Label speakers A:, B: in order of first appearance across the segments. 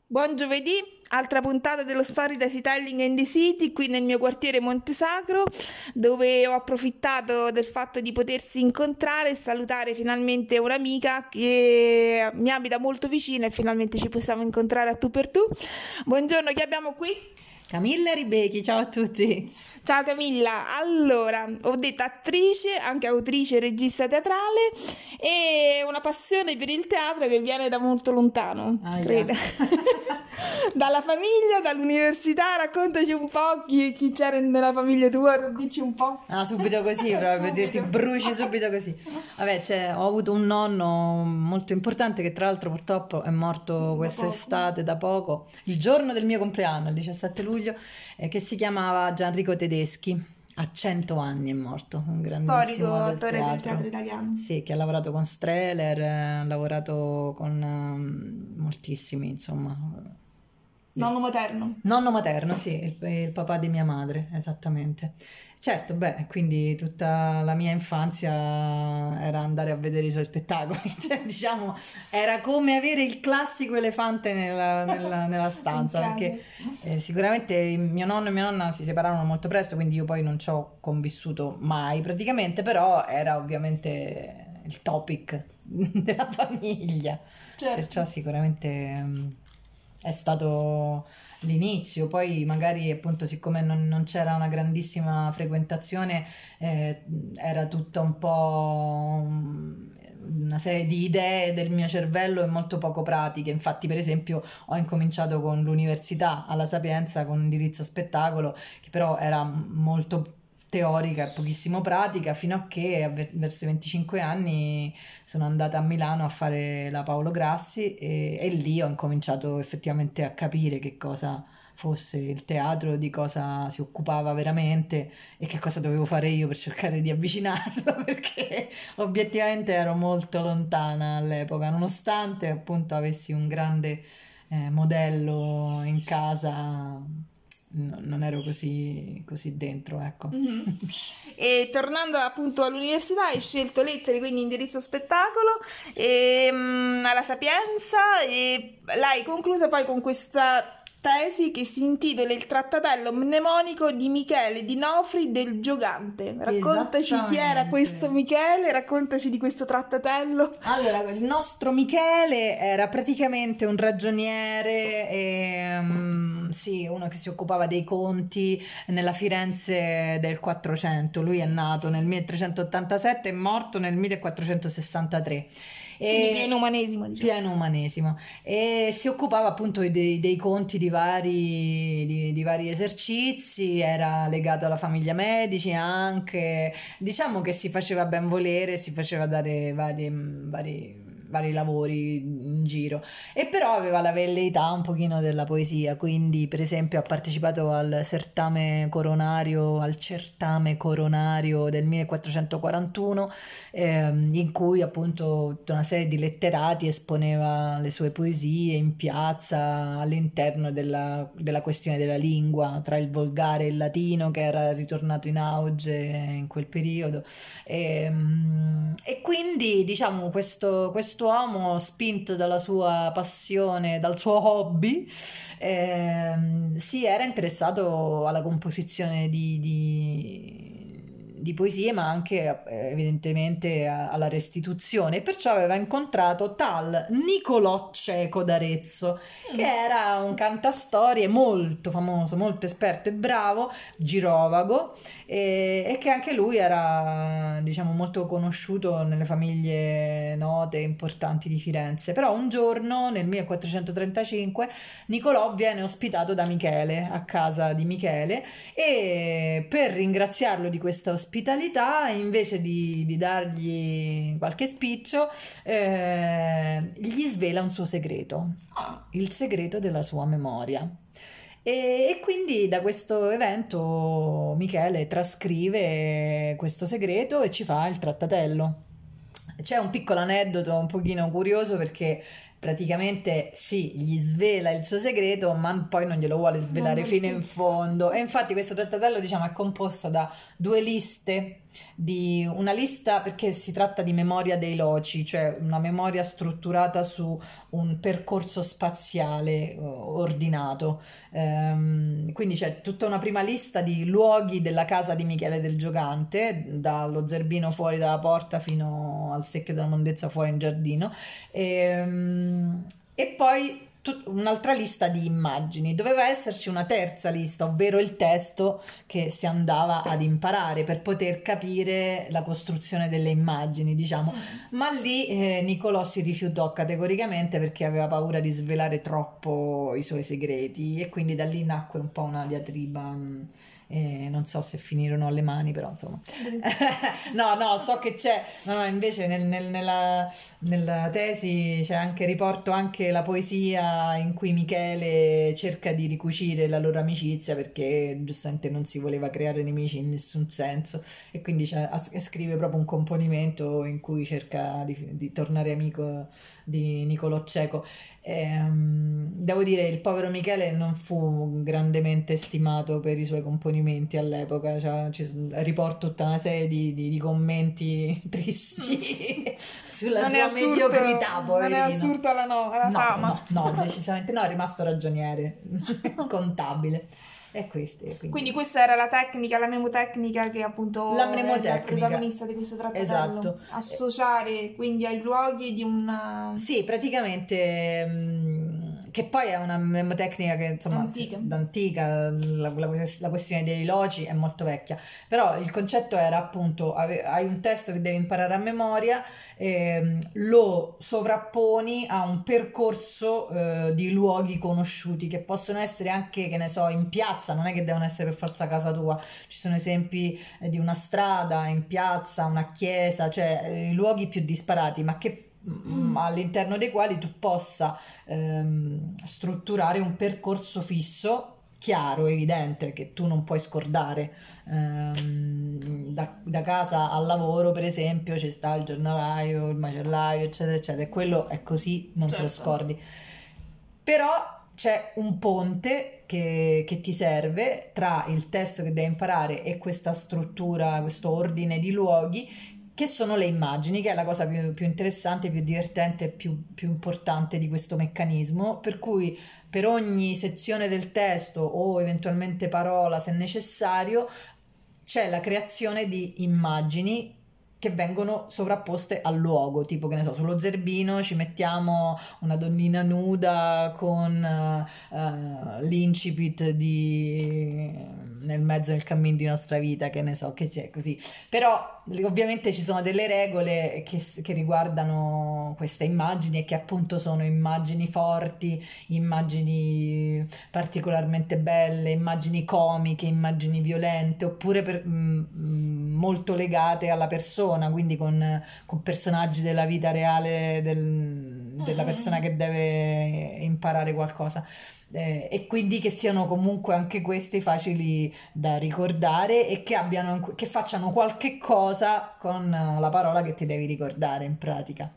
A: Buon giovedì, altra puntata dello Storytelling in the City, qui nel mio quartiere Montesacro, dove ho approfittato del fatto di potersi incontrare e salutare finalmente un'amica che mi abita molto vicino e finalmente ci possiamo incontrare a tu per tu. Buongiorno, chi abbiamo qui?
B: Camilla Ribecchi, ciao a tutti.
A: Ciao Camilla, allora, ho detto attrice, anche autrice e regista teatrale e una passione per il teatro che viene da molto lontano, credo. Dalla famiglia, dall'università, raccontaci un po' chi c'era nella famiglia tua, dici un po'.
B: Subito così, proprio ti bruci subito così. Vabbè, ho avuto un nonno molto importante che tra l'altro purtroppo è morto quest'estate da poco, il giorno del mio compleanno, il 17 luglio, che si chiamava Gianrico Tedeschi. A 100 anni è morto, un grandissimo
A: storico attore del teatro italiano.
B: Sì, che ha lavorato con Strehler, ha lavorato con moltissimi, insomma.
A: Nonno materno.
B: Nonno materno, sì, il papà di mia madre, esattamente. Certo, quindi tutta la mia infanzia era andare a vedere i suoi spettacoli, cioè, diciamo, era come avere il classico elefante nella stanza, perché sicuramente mio nonno e mia nonna si separarono molto presto, quindi io poi non ci ho convissuto mai praticamente, però era ovviamente il topic della famiglia,
A: certo.
B: Perciò sicuramente è stato l'inizio. Poi magari appunto siccome non c'era una grandissima frequentazione, era tutta un po' una serie di idee del mio cervello e molto poco pratiche. Infatti, per esempio, ho incominciato con l'università alla Sapienza con indirizzo spettacolo, che però era molto teorica e pochissimo pratica, fino a che verso i 25 anni sono andata a Milano a fare la Paolo Grassi e lì ho incominciato effettivamente a capire che cosa fosse il teatro, di cosa si occupava veramente e che cosa dovevo fare io per cercare di avvicinarlo, perché obiettivamente ero molto lontana all'epoca, nonostante appunto avessi un grande modello in casa. Non ero così dentro, ecco.
A: Mm-hmm. E tornando appunto all'università, hai scelto lettere, quindi indirizzo spettacolo, alla Sapienza, e l'hai conclusa poi con questa tesi che si intitola Il trattatello mnemonico di Michele Di Nofri del Giogante. Raccontaci chi era questo Michele, raccontaci di questo trattatello.
B: Allora, il nostro Michele era praticamente un ragioniere, sì, uno che si occupava dei conti nella Firenze del 400. Lui è nato nel 1387 e morto nel 1463.
A: Quindi pieno umanesimo, diciamo.
B: Pieno umanesimo, e si occupava appunto dei conti di vari esercizi, era legato alla famiglia Medici anche, diciamo che si faceva ben volere, si faceva dare vari lavori in giro, e però aveva la velleità un pochino della poesia, quindi per esempio ha partecipato al certame coronario del 1441, in cui appunto tutta una serie di letterati esponeva le sue poesie in piazza all'interno della questione della lingua, tra il volgare e il latino che era ritornato in auge in quel periodo, e quindi diciamo quest'uomo, spinto dalla sua passione, dal suo hobby, si era interessato alla composizione di poesie, ma anche evidentemente alla restituzione, e perciò aveva incontrato tal Nicolò Cieco d'Arezzo, che era un cantastorie molto famoso, molto esperto e bravo, girovago, e che anche lui era, diciamo, molto conosciuto nelle famiglie note e importanti di Firenze. Però un giorno nel 1435 Nicolò viene ospitato da Michele, a casa di Michele, e per ringraziarlo di questa ospitalità, invece di dargli qualche spiccio, gli svela un suo segreto, il segreto della sua memoria. E quindi da questo evento Michele trascrive questo segreto e ci fa il trattatello. C'è un piccolo aneddoto un pochino curioso, perché praticamente sì, gli svela il suo segreto, ma poi non glielo vuole svelare fino in fondo, e infatti questo trattatello, diciamo, è composto da 2 liste di una lista, perché si tratta di memoria dei loci, cioè una memoria strutturata su un percorso spaziale ordinato. Quindi c'è tutta una prima lista di luoghi della casa di Michele del Giocante, dallo zerbino fuori dalla porta fino al secchio della mondezza fuori in giardino, e poi un'altra lista di immagini. Doveva esserci una terza lista, ovvero il testo che si andava ad imparare per poter capire la costruzione delle immagini, diciamo. Ma lì Nicolò si rifiutò categoricamente perché aveva paura di svelare troppo i suoi segreti, e quindi da lì nacque un po' una diatriba. Non so se finirono alle mani, però insomma no, so che c'è, no, invece nella tesi c'è anche, riporto anche la poesia in cui Michele cerca di ricucire la loro amicizia, perché giustamente non si voleva creare nemici in nessun senso, e quindi scrive proprio un componimento in cui cerca di tornare amico di Nicolò Cieco. Devo dire, il povero Michele non fu grandemente stimato per i suoi componimenti all'epoca, cioè, riporto tutta una serie di commenti tristi sulla
A: non
B: sua mediocrità, poverino.
A: Non è assurdo alla fama.
B: No, decisamente no, è rimasto ragioniere contabile. E quindi
A: questa era la tecnica, la memotecnica che appunto
B: la
A: è la protagonista di questo trattatello.
B: Esatto.
A: Associare quindi ai luoghi di una...
B: Sì, praticamente, che poi è una memotecnica che insomma d'antica, la questione dei loci è molto vecchia, però il concetto era appunto hai un testo che devi imparare a memoria, lo sovrapponi a un percorso di luoghi conosciuti, che possono essere anche, che ne so, in piazza, non è che devono essere per forza casa tua, ci sono esempi di una strada, in piazza, una chiesa, cioè luoghi più disparati, ma che all'interno dei quali tu possa strutturare un percorso fisso, chiaro, evidente, che tu non puoi scordare. Da casa al lavoro, per esempio, ci sta il giornalaio, il macellaio, eccetera eccetera, e quello è così, non te lo scordi. Però c'è un ponte che ti serve tra il testo che devi imparare e questa struttura, questo ordine di luoghi, che sono le immagini, che è la cosa più interessante, più divertente, più importante di questo meccanismo, per cui per ogni sezione del testo o eventualmente parola, se necessario, c'è la creazione di immagini che vengono sovrapposte al luogo, tipo, che ne so, sullo zerbino ci mettiamo una donnina nuda con l'incipit nel mezzo del cammin di nostra vita, che ne so, che c'è così. Però ovviamente ci sono delle regole che riguardano queste immagini, e che appunto sono immagini forti, immagini particolarmente belle, immagini comiche, immagini violente, oppure molto legate alla persona, quindi con personaggi della vita reale della persona che deve imparare qualcosa. E quindi che siano comunque anche questi facili da ricordare, e che facciano qualche cosa con la parola che ti devi ricordare in pratica.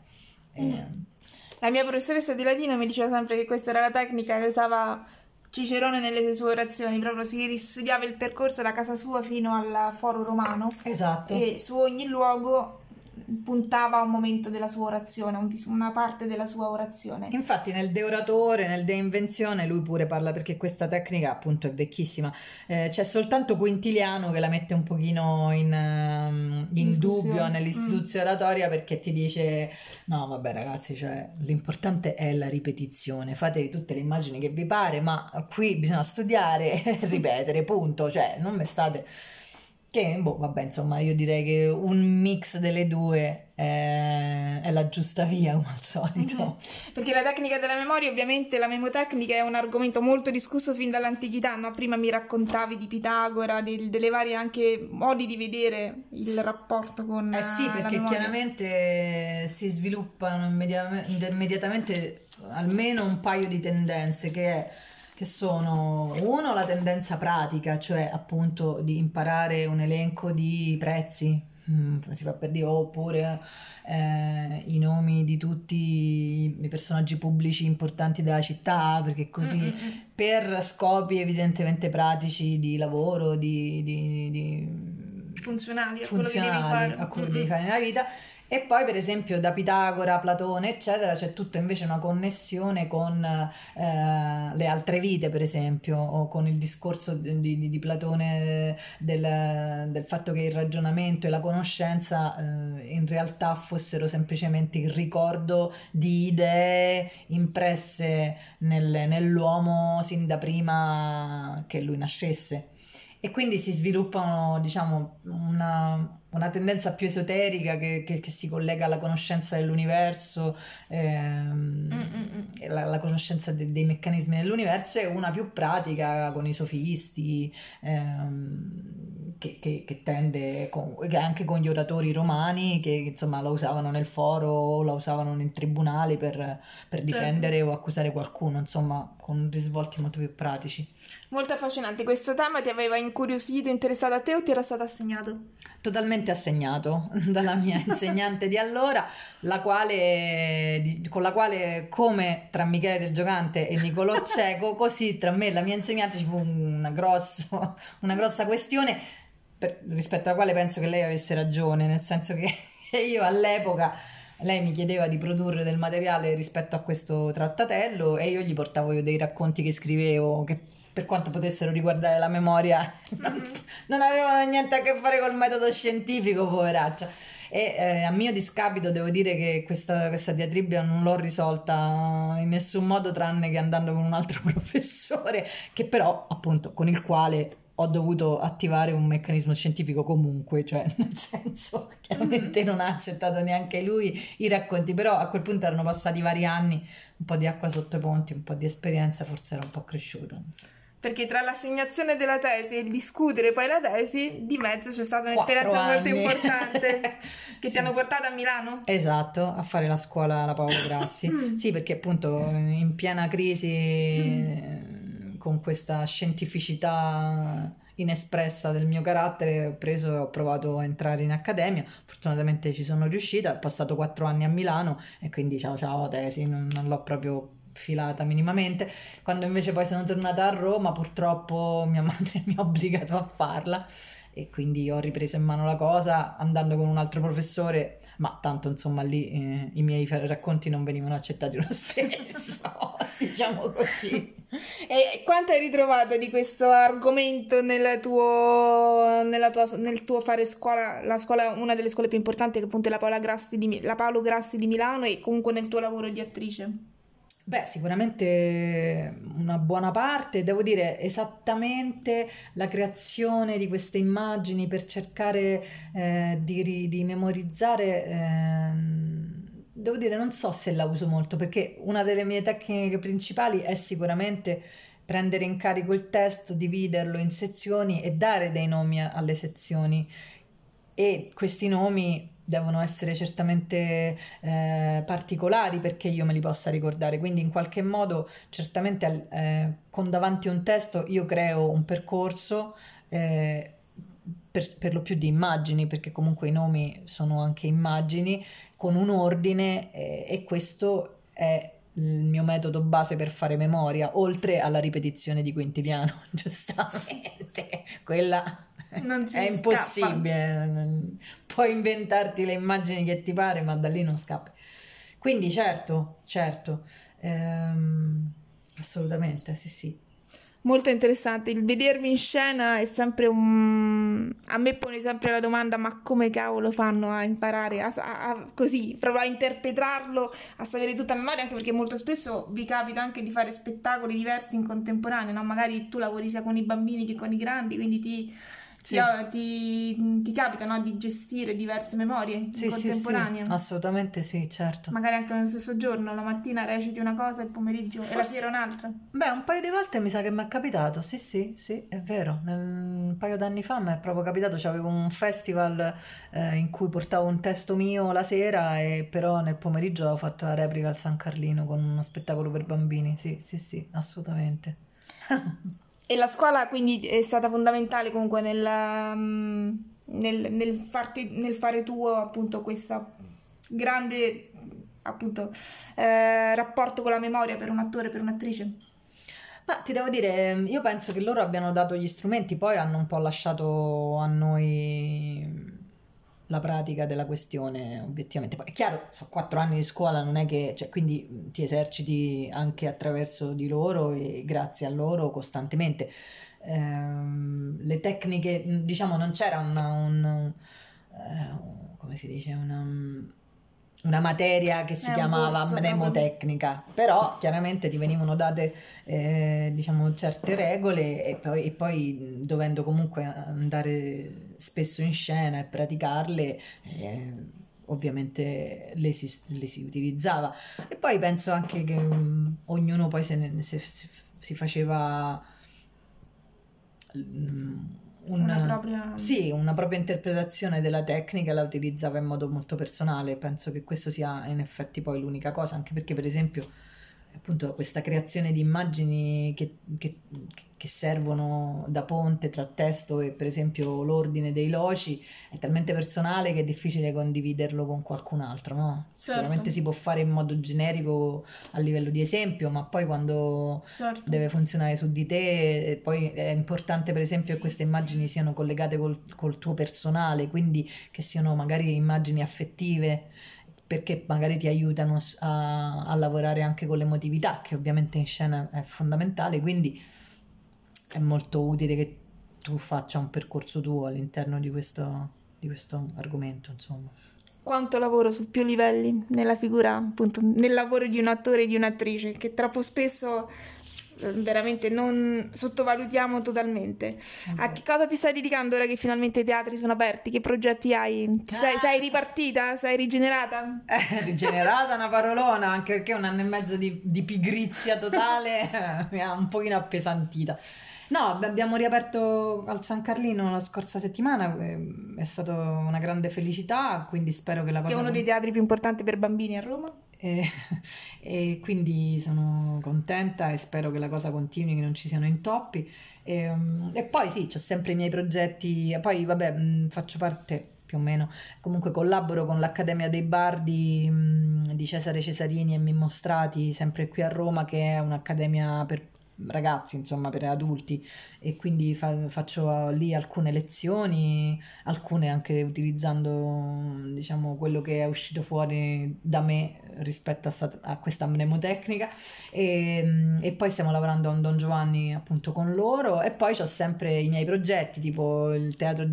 A: La mia professoressa di latino mi diceva sempre che questa era la tecnica che usava Cicerone nelle sue orazioni, proprio si ristudiava il percorso da casa sua fino al Foro Romano.
B: Esatto.
A: E su ogni luogo puntava a un momento della sua orazione, una parte della sua orazione.
B: Infatti nel De Oratore, nel De Invenzione, lui pure parla, perché questa tecnica appunto è vecchissima, c'è soltanto Quintiliano che la mette un pochino in dubbio nell'istituzione oratoria, perché ti dice no vabbè ragazzi, cioè l'importante è la ripetizione, fatevi tutte le immagini che vi pare, ma qui bisogna studiare e ripetere, punto, cioè non me state... Che, vabbè, insomma, io direi che un mix delle due è la giusta via, come al solito.
A: Perché la tecnica della memoria, ovviamente, la memotecnica è un argomento molto discusso fin dall'antichità, no? Prima mi raccontavi di Pitagora, delle varie anche modi di vedere il rapporto con
B: sì, perché chiaramente si sviluppano immediatamente almeno un paio di tendenze, che sono, uno, la tendenza pratica, cioè appunto di imparare un elenco di prezzi, si fa per dire, oppure i nomi di tutti i personaggi pubblici importanti della città, perché così per scopi evidentemente pratici di lavoro,
A: funzionali
B: funzionali a quello che devi fare nella vita. E poi per esempio da Pitagora, Platone eccetera c'è tutta invece una connessione con le altre vite, per esempio, o con il discorso di Platone del fatto che il ragionamento e la conoscenza in realtà fossero semplicemente il ricordo di idee impresse nell'uomo sin da prima che lui nascesse. E quindi si sviluppano, diciamo, una tendenza più esoterica che si collega alla conoscenza dell'universo, la conoscenza dei meccanismi dell'universo, e una più pratica con i sofisti, che tende, che anche con gli oratori romani, che insomma la usavano nel foro o la usavano in tribunali per difendere o accusare qualcuno, insomma, con risvolti molto più pratici.
A: Molto affascinante. Questo tema ti aveva incuriosito, interessato a te o ti era stato assegnato?
B: Totalmente assegnato dalla mia insegnante di allora, con la quale, come tra Michele Del Giocante e Nicolò Cieco, così tra me e la mia insegnante ci fu una grossa questione, rispetto alla quale penso che lei avesse ragione, nel senso che io all'epoca, lei mi chiedeva di produrre del materiale rispetto a questo trattatello e io gli portavo dei racconti che scrivevo, che per quanto potessero riguardare la memoria non avevano niente a che fare col metodo scientifico, poveraccia. E a mio discapito devo dire che questa diatriba non l'ho risolta in nessun modo, tranne che andando con un altro professore, che però appunto con il quale ho dovuto attivare un meccanismo scientifico comunque, cioè nel senso, chiaramente non ha accettato neanche lui i racconti, però a quel punto erano passati vari anni, un po' di acqua sotto i ponti, un po' di esperienza, forse era un po' cresciuto, non so.
A: Perché tra l'assegnazione della tesi e il discutere poi la tesi, di mezzo c'è stata un'esperienza molto importante che ti hanno portato a Milano?
B: Esatto, a fare la scuola alla Paolo Grassi. Sì, perché appunto in piena crisi, con questa scientificità inespressa del mio carattere, ho preso e ho provato a entrare in accademia. Fortunatamente ci sono riuscita, ho passato 4 anni a Milano e quindi ciao tesi, non l'ho proprio filata minimamente. Quando invece poi sono tornata a Roma, purtroppo mia madre mi ha obbligato a farla e quindi ho ripreso in mano la cosa andando con un altro professore, ma tanto insomma lì i miei racconti non venivano accettati lo stesso, diciamo così.
A: E quanto hai ritrovato di questo argomento nel tuo fare scuola, la scuola, una delle scuole più importanti che appunto è la Paolo Grassi di Milano, e comunque nel tuo lavoro di attrice?
B: Beh, sicuramente una buona parte, devo dire esattamente la creazione di queste immagini per cercare di memorizzare, devo dire non so se la uso molto, perché una delle mie tecniche principali è sicuramente prendere in carico il testo, dividerlo in sezioni e dare dei nomi alle sezioni, e questi nomi devono essere certamente particolari perché io me li possa ricordare, quindi in qualche modo certamente con davanti un testo io creo un percorso per lo più di immagini, perché comunque i nomi sono anche immagini con un ordine, e questo è il mio metodo base per fare memoria, oltre alla ripetizione di Quintiliano, giustamente, quella
A: Non si
B: è
A: scappa.
B: impossibile, puoi inventarti le immagini che ti pare, ma da lì non scappi. Quindi certo, assolutamente, sì.
A: Molto interessante, il vedermi in scena è sempre a me pone sempre la domanda: ma come cavolo fanno a imparare così, proprio a interpretarlo, a sapere tutta a memoria, anche perché molto spesso vi capita anche di fare spettacoli diversi in contemporanea, no? Magari tu lavori sia con i bambini che con i grandi, quindi ti capita, no, di gestire diverse memorie in contemporanea.
B: Sì, assolutamente sì, certo.
A: Magari anche nello stesso giorno, la mattina reciti una cosa, il pomeriggio e la sera un'altra.
B: Beh, un paio di volte mi sa che mi è capitato, sì, è vero. Un paio d'anni fa mi è proprio capitato, c'avevo un festival in cui portavo un testo mio la sera, e però nel pomeriggio avevo fatto la replica al San Carlino con uno spettacolo per bambini, sì, assolutamente.
A: E la scuola quindi è stata fondamentale comunque nel fare tuo appunto questo grande appunto rapporto con la memoria per un attore, per un'attrice?
B: Ma ti devo dire, io penso che loro abbiano dato gli strumenti, poi hanno un po' lasciato a noi la pratica della questione, obiettivamente. Poi è chiaro, sono 4 anni di scuola, non è che, cioè, quindi ti eserciti anche attraverso di loro e grazie a loro costantemente. Le tecniche, diciamo, non c'era come si dice, una materia che si
A: un
B: chiamava
A: corso,
B: mnemotecnica, però chiaramente ti venivano date diciamo certe regole e poi dovendo comunque andare spesso in scena e praticarle, ovviamente le si utilizzava. E poi penso anche che ognuno poi si faceva una propria interpretazione della tecnica e la utilizzava in modo molto personale. Penso che questo sia in effetti poi l'unica cosa, anche perché per esempio appunto questa creazione di immagini che servono da ponte tra testo e per esempio l'ordine dei loci è talmente personale che è difficile condividerlo con qualcun altro, no? Sicuramente si può fare in modo generico a livello di esempio, ma poi quando deve funzionare su di te, poi è importante per esempio che queste immagini siano collegate col tuo personale, quindi che siano magari immagini affettive, perché magari ti aiutano a lavorare anche con l'emotività, che ovviamente in scena è fondamentale, quindi è molto utile che tu faccia un percorso tuo all'interno di questo argomento, insomma.
A: Quanto lavoro su più livelli nella figura, appunto, nel lavoro di un attore e di un'attrice, che troppo spesso veramente non sottovalutiamo totalmente. A che cosa ti stai dedicando ora che finalmente i teatri sono aperti? Che progetti hai? Sei ripartita? Sei rigenerata?
B: Rigenerata è una parolona, anche perché 1 anno e mezzo di pigrizia totale mi ha un pochino appesantita. No, abbiamo riaperto al San Carlino la scorsa settimana, è stata una grande felicità, quindi spero che la cosa...
A: Che è uno dei teatri più importanti per bambini a Roma.
B: E quindi sono contenta e spero che la cosa continui, che non ci siano intoppi. E poi sì, ho sempre i miei progetti, poi vabbè, faccio parte più o meno, comunque collaboro con l'Accademia dei Bardi di Cesare Cesarini e Mimmo Strati, sempre qui a Roma, che è un'accademia per ragazzi, insomma, per adulti, e quindi faccio lì alcune lezioni, alcune anche utilizzando, diciamo, quello che è uscito fuori da me rispetto a questa mnemotecnica, e poi stiamo lavorando a un Don Giovanni appunto con loro, e poi ho sempre i miei progetti, tipo il teatro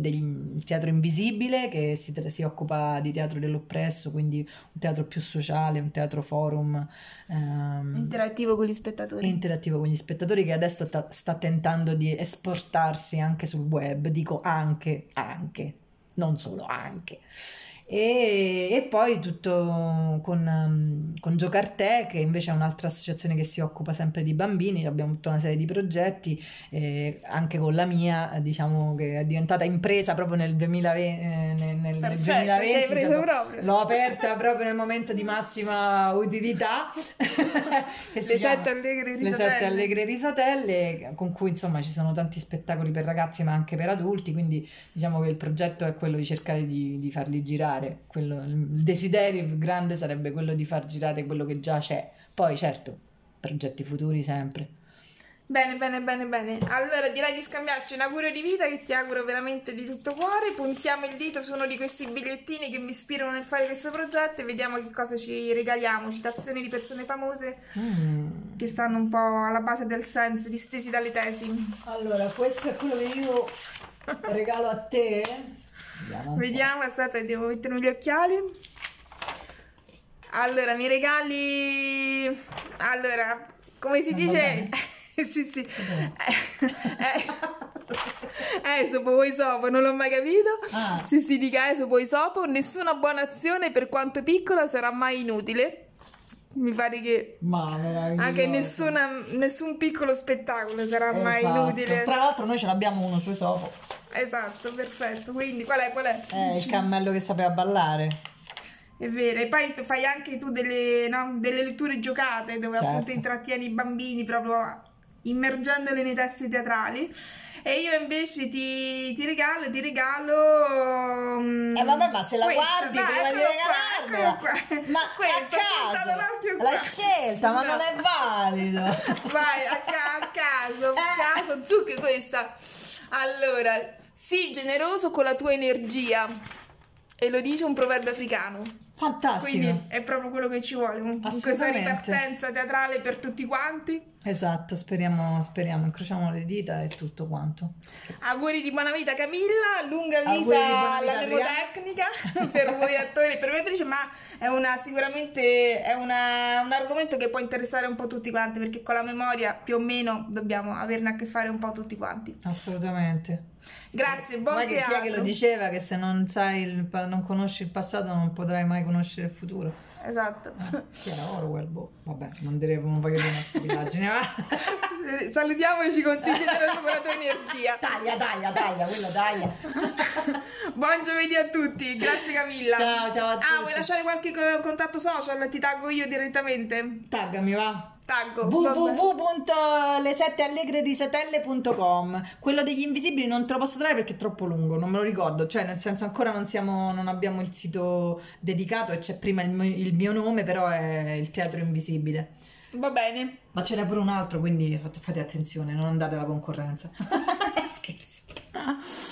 B: Invisibile, che si occupa di teatro dell'oppresso, quindi un teatro più sociale, un teatro forum,
A: interattivo con gli spettatori,
B: che adesso sta tentando di esportarsi anche sul web, dico anche, non solo, anche. E poi tutto con Giocartè, che invece è un'altra associazione che si occupa sempre di bambini. Abbiamo tutta una serie di progetti, anche con la mia, diciamo, che è diventata impresa proprio nel 2020, nel 2020
A: hai preso proprio.
B: L'ho aperta proprio nel momento di massima utilità
A: le 7
B: allegre risatelle, con cui insomma ci sono tanti spettacoli per ragazzi ma anche per adulti, quindi diciamo che il progetto è quello di cercare di farli girare. Il desiderio più grande sarebbe quello di far girare quello che già c'è, poi certo progetti futuri sempre.
A: Bene. Allora direi di scambiarci un augurio di vita, che ti auguro veramente di tutto cuore. Puntiamo il dito su uno di questi bigliettini che mi ispirano nel fare questo progetto e vediamo che cosa ci regaliamo. Citazioni di persone famose che stanno un po' alla base del senso, distesi dalle tesi.
B: Allora, questo è quello che io regalo a te.
A: Vediamo, aspetta, devo mettermi gli occhiali. Allora, mi regali... Allora, come si dice... sì. Poi sopo, non l'ho mai capito. Sì, dica poi sopo. Nessuna buona azione, per quanto piccola, sarà mai inutile. Mi pare che anche nessun piccolo spettacolo sarà mai inutile.
B: Tra l'altro noi ce l'abbiamo uno su Esopo.
A: Esatto, perfetto. Quindi qual è?
B: Il cammello che sapeva ballare.
A: È vero, e poi fai anche tu delle letture giocate dove appunto intrattieni i bambini proprio immergendoli nei testi teatrali. E io invece ti regalo
B: vabbè, ma se la guardi prima di regalarmela,
A: ma questa,
B: a caso l'hai scelta, ma non è valido.
A: Vai a caso. caso, zucche questa. Allora, sii generoso con la tua energia. E lo dice un proverbio africano.
B: Fantastico.
A: Quindi è proprio quello che ci vuole, questa ripartenza teatrale per tutti quanti.
B: Esatto, speriamo, incrociamo le dita e tutto quanto.
A: Auguri di buona vita Camilla, lunga vita alla mnemotecnica per voi attori e per voi attrici, ma sicuramente è un argomento che può interessare un po' tutti quanti, perché con la memoria più o meno dobbiamo averne a che fare un po' tutti quanti.
B: Assolutamente.
A: Grazie, buon teatro.
B: Chi è che lo diceva che se non non conosci il passato non potrai mai conoscere il futuro?
A: Esatto.
B: Chi era Orwell? Boh. Vabbè, non voglio dire una stupidaggine.
A: Salutiamoci con sii generoso con la tua energia.
B: Taglia, quello taglia.
A: Buon giovedì a tutti, grazie Camilla.
B: Ciao a tutti.
A: Vuoi lasciare qualche contatto social? Ti taggo io direttamente?
B: Taggami, va.
A: Taggo
B: www.lesetteallegredisatelle.com. Quello degli invisibili non te lo posso trovare perché è troppo lungo, non me lo ricordo, cioè nel senso ancora non abbiamo il sito dedicato e c'è prima il mio nome, però è il Teatro Invisibile.
A: Va bene.
B: Ma ce n'è pure un altro, quindi fate attenzione, non andate alla concorrenza. Scherzo.